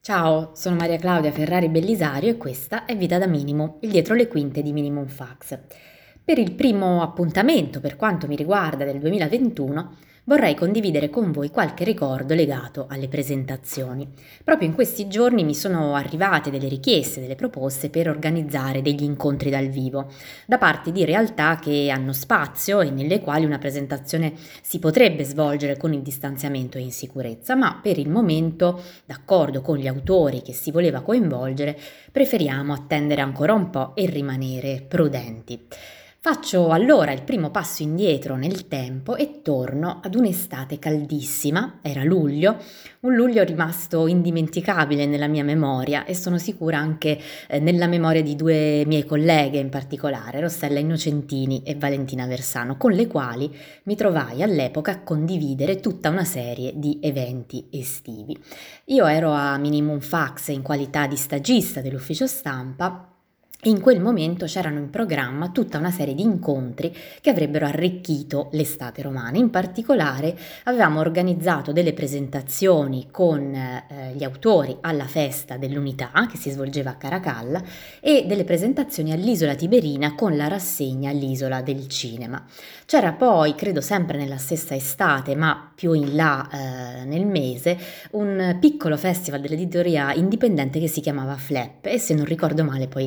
Ciao, sono Maria Claudia Ferrari Bellisario e questa è Vita da Minimo, il dietro le quinte di Minimum Fax. Per il primo appuntamento, per quanto mi riguarda, del 2021, vorrei condividere con voi qualche ricordo legato alle presentazioni. Proprio in questi giorni mi sono arrivate delle richieste, delle proposte per organizzare degli incontri dal vivo, da parte di realtà che hanno spazio e nelle quali una presentazione si potrebbe svolgere con il distanziamento e in sicurezza, ma per il momento, d'accordo con gli autori che si voleva coinvolgere, preferiamo attendere ancora un po' e rimanere prudenti. Faccio allora il primo passo indietro nel tempo e torno ad un'estate caldissima, era luglio, un luglio rimasto indimenticabile nella mia memoria e sono sicura anche nella memoria di due miei colleghe in particolare, Rossella Innocentini e Valentina Versano, con le quali mi trovai all'epoca a condividere tutta una serie di eventi estivi. Io ero a Minimum Fax in qualità di stagista dell'ufficio stampa. In quel momento c'erano in programma tutta una serie di incontri che avrebbero arricchito l'estate romana. In particolare avevamo organizzato delle presentazioni con gli autori alla festa dell'Unità che si svolgeva a Caracalla e delle presentazioni all'Isola Tiberina con la rassegna all'Isola del Cinema. C'era poi, credo sempre nella stessa estate, ma più in là nel mese, un piccolo festival dell'editoria indipendente che si chiamava Flap e se non ricordo male poi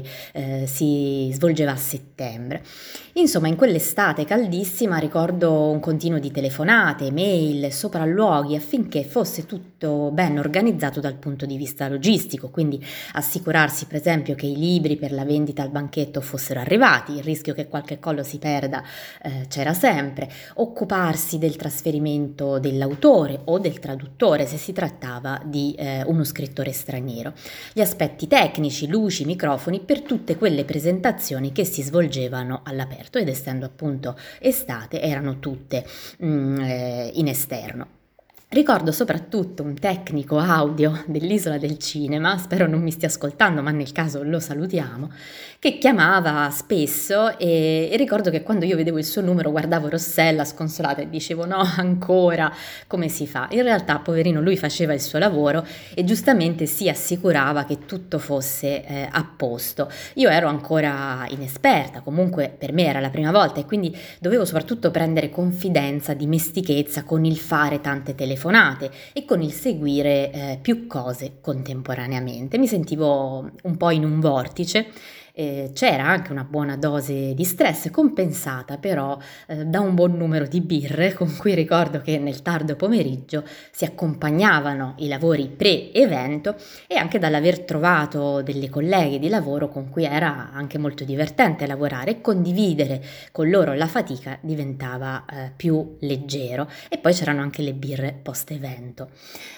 si svolgeva a settembre. Insomma, in quell'estate caldissima ricordo un continuo di telefonate, mail, sopralluoghi affinché fosse tutto ben organizzato dal punto di vista logistico, quindi assicurarsi per esempio che i libri per la vendita al banchetto fossero arrivati, il rischio che qualche collo si perda c'era sempre, occuparsi del trasferimento dell'autore o del traduttore se si trattava di uno scrittore straniero, gli aspetti tecnici, luci, microfoni per tutte quelle presentazioni che si svolgevano all'aperto ed essendo appunto estate erano tutte in esterno. Ricordo soprattutto un tecnico audio dell'Isola del Cinema, spero non mi stia ascoltando, ma nel caso lo salutiamo, che chiamava spesso e ricordo che quando io vedevo il suo numero guardavo Rossella sconsolata e dicevo no, ancora, come si fa? In realtà, poverino, lui faceva il suo lavoro e giustamente si assicurava che tutto fosse a posto. Io ero ancora inesperta, comunque per me era la prima volta e quindi dovevo soprattutto prendere confidenza, dimestichezza con il fare tante telefonate e con il seguire più cose contemporaneamente. Mi sentivo un po' in un vortice. C'era anche una buona dose di stress compensata però da un buon numero di birre con cui ricordo che nel tardo pomeriggio si accompagnavano i lavori pre-evento e anche dall'aver trovato delle colleghe di lavoro con cui era anche molto divertente lavorare e condividere con loro la fatica diventava più leggero e poi c'erano anche le birre post-evento.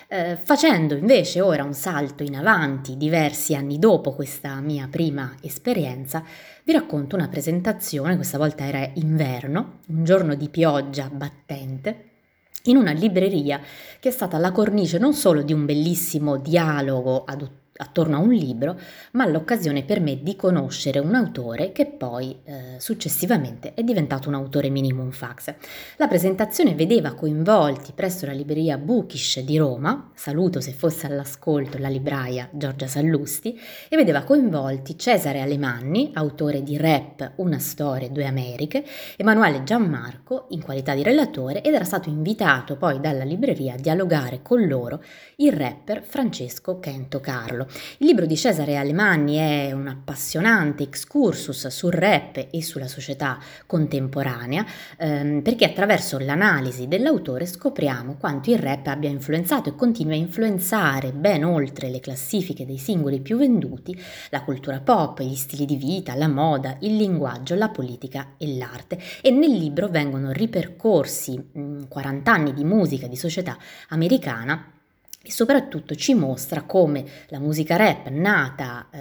Facendo invece ora un salto in avanti diversi anni dopo questa mia prima esperienza, vi racconto una presentazione, questa volta era inverno, un giorno di pioggia battente, in una libreria che è stata la cornice non solo di un bellissimo dialogo attorno a un libro, ma l'occasione per me di conoscere un autore che poi successivamente è diventato un autore Minimum Fax. La presentazione vedeva coinvolti presso la libreria Bookish di Roma, saluto se fosse all'ascolto la libraia Giorgia Sallusti, e vedeva coinvolti Cesare Alemanni, autore di Rap, Una storia, due Americhe, Emanuele Giammarco in qualità di relatore ed era stato invitato poi dalla libreria a dialogare con loro il rapper Francesco Kento Carlo. Il libro di Cesare Alemanni è un appassionante excursus sul rap e sulla società contemporanea perché attraverso l'analisi dell'autore scopriamo quanto il rap abbia influenzato e continui a influenzare ben oltre le classifiche dei singoli più venduti la cultura pop, gli stili di vita, la moda, il linguaggio, la politica e l'arte e nel libro vengono ripercorsi 40 anni di musica e di società americana e soprattutto ci mostra come la musica rap nata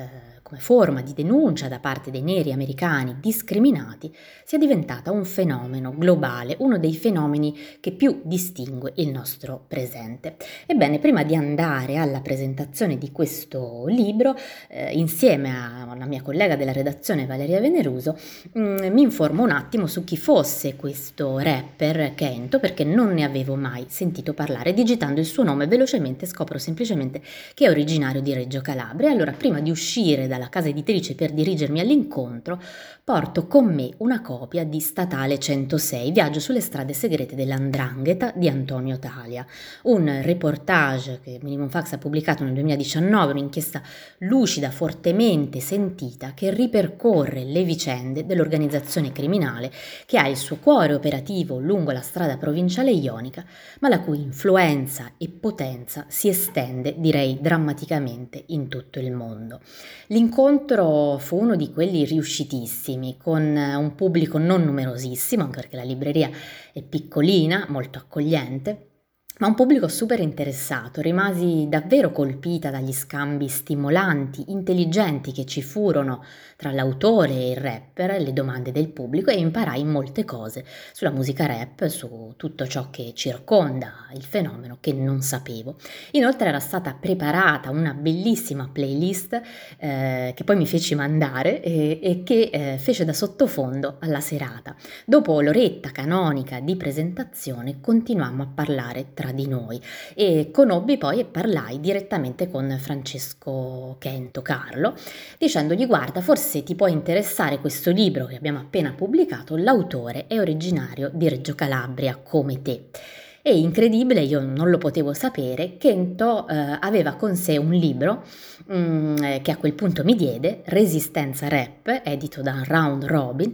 come forma di denuncia da parte dei neri americani discriminati, sia diventata un fenomeno globale, uno dei fenomeni che più distingue il nostro presente. Ebbene, prima di andare alla presentazione di questo libro, insieme a una mia collega della redazione Valeria Veneruso, mi informo un attimo su chi fosse questo rapper Kento, perché non ne avevo mai sentito parlare. Digitando il suo nome velocemente scopro semplicemente che è originario di Reggio Calabria. Allora, prima di uscire dalla casa editrice per dirigermi all'incontro, porto con me una copia di Statale 106, Viaggio sulle strade segrete dell''Ndrangheta di Antonio Talia, un reportage che Minimum Fax ha pubblicato nel 2019, un'inchiesta lucida, fortemente sentita, che ripercorre le vicende dell'organizzazione criminale che ha il suo cuore operativo lungo la strada provinciale ionica, ma la cui influenza e potenza si estende, direi, drammaticamente in tutto il mondo. L'incontro fu uno di quelli riuscitissimi, con un pubblico non numerosissimo, anche perché la libreria è piccolina, molto accogliente, ma un pubblico super interessato. Rimasi davvero colpita dagli scambi stimolanti, intelligenti che ci furono tra l'autore e il rapper, le domande del pubblico, e imparai molte cose sulla musica rap, su tutto ciò che circonda il fenomeno che non sapevo. Inoltre era stata preparata una bellissima playlist che poi mi feci mandare e che fece da sottofondo alla serata. Dopo l'oretta canonica di presentazione continuammo a parlare tra di noi e conobbi poi e parlai direttamente con Francesco Kento Carlo, dicendogli: guarda, forse ti può interessare questo libro che abbiamo appena pubblicato, l'autore è originario di Reggio Calabria come te. E incredibile, io non lo potevo sapere, Kento aveva con sé un libro che a quel punto mi diede, Resistenza Rap, edito da Round Robin,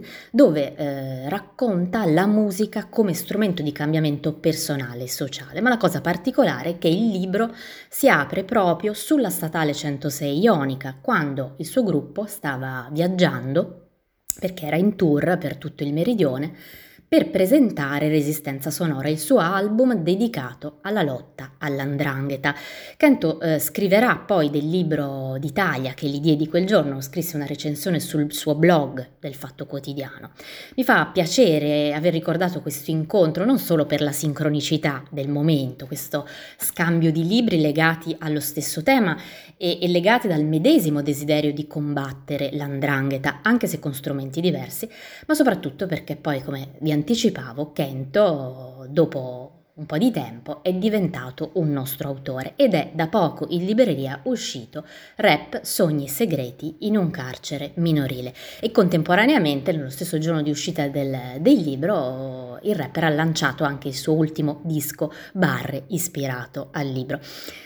dove racconta la musica come strumento di cambiamento personale e sociale. Ma la cosa particolare è che il libro si apre proprio sulla Statale 106 Ionica, quando il suo gruppo stava viaggiando, perché era in tour per tutto il meridione, per presentare Resistenza Sonora, il suo album dedicato alla lotta all''Ndrangheta. Kento scriverà poi del libro d'Italia che gli diedi quel giorno, scrisse una recensione sul suo blog del Fatto Quotidiano. Mi fa piacere aver ricordato questo incontro non solo per la sincronicità del momento, questo scambio di libri legati allo stesso tema e legati dal medesimo desiderio di combattere l''Ndrangheta, anche se con strumenti diversi, ma soprattutto perché poi, come vi anticipavo, Kento, dopo un po' di tempo, è diventato un nostro autore ed è da poco in libreria uscito Rap, sogni segreti in un carcere minorile, e contemporaneamente, nello stesso giorno di uscita del libro, il rapper ha lanciato anche il suo ultimo disco Barre, ispirato al libro.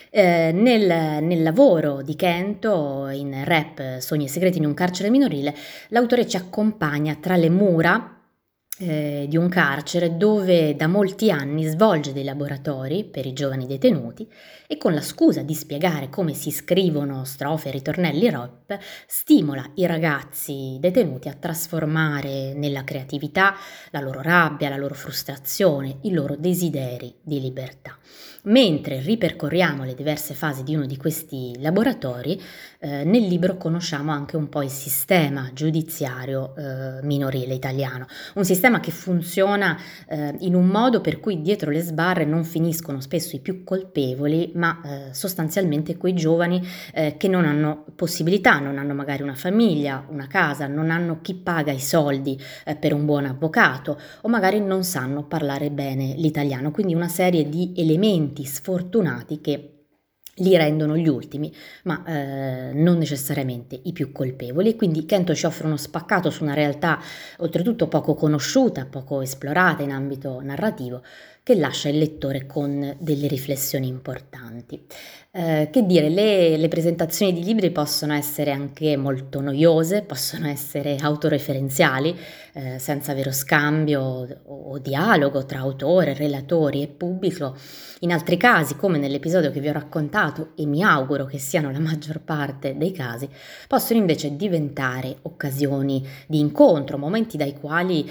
Nel lavoro di Kento, in Rap, sogni segreti in un carcere minorile, l'autore ci accompagna tra le mura di un carcere dove da molti anni svolge dei laboratori per i giovani detenuti e, con la scusa di spiegare come si scrivono strofe e ritornelli rap, stimola i ragazzi detenuti a trasformare nella creatività la loro rabbia, la loro frustrazione, i loro desideri di libertà. Mentre ripercorriamo le diverse fasi di uno di questi laboratori, nel libro conosciamo anche un po' il sistema giudiziario minorile italiano, un sistema che funziona in un modo per cui dietro le sbarre non finiscono spesso i più colpevoli, ma sostanzialmente quei giovani che non hanno possibilità, non hanno magari una famiglia, una casa, non hanno chi paga i soldi per un buon avvocato, o magari non sanno parlare bene l'italiano, quindi una serie di elementi sfortunati che li rendono gli ultimi, ma non necessariamente i più colpevoli. E quindi Kento ci offre uno spaccato su una realtà oltretutto poco conosciuta, poco esplorata in ambito narrativo, che lascia il lettore con delle riflessioni importanti. Che dire, le presentazioni di libri possono essere anche molto noiose, possono essere autoreferenziali, senza vero scambio o dialogo tra autore, relatori e pubblico. In altri casi, come nell'episodio che vi ho raccontato, e mi auguro che siano la maggior parte dei casi, possono invece diventare occasioni di incontro, momenti dai quali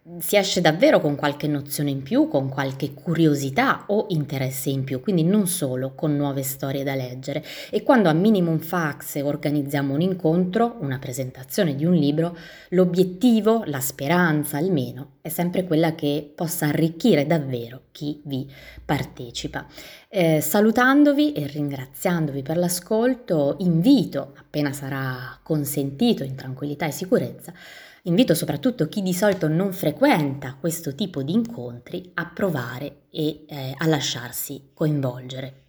si esce davvero con qualche nozione in più, con qualche curiosità o interesse in più, quindi non solo con nuove storie da leggere. E quando a Minimum Fax organizziamo un incontro, una presentazione di un libro, l'obiettivo, la speranza almeno, è sempre quella che possa arricchire davvero chi vi partecipa. Salutandovi e ringraziandovi per l'ascolto, invito, appena sarà consentito in tranquillità e sicurezza, invito soprattutto chi di solito non frequenta questo tipo di incontri a provare e a lasciarsi coinvolgere.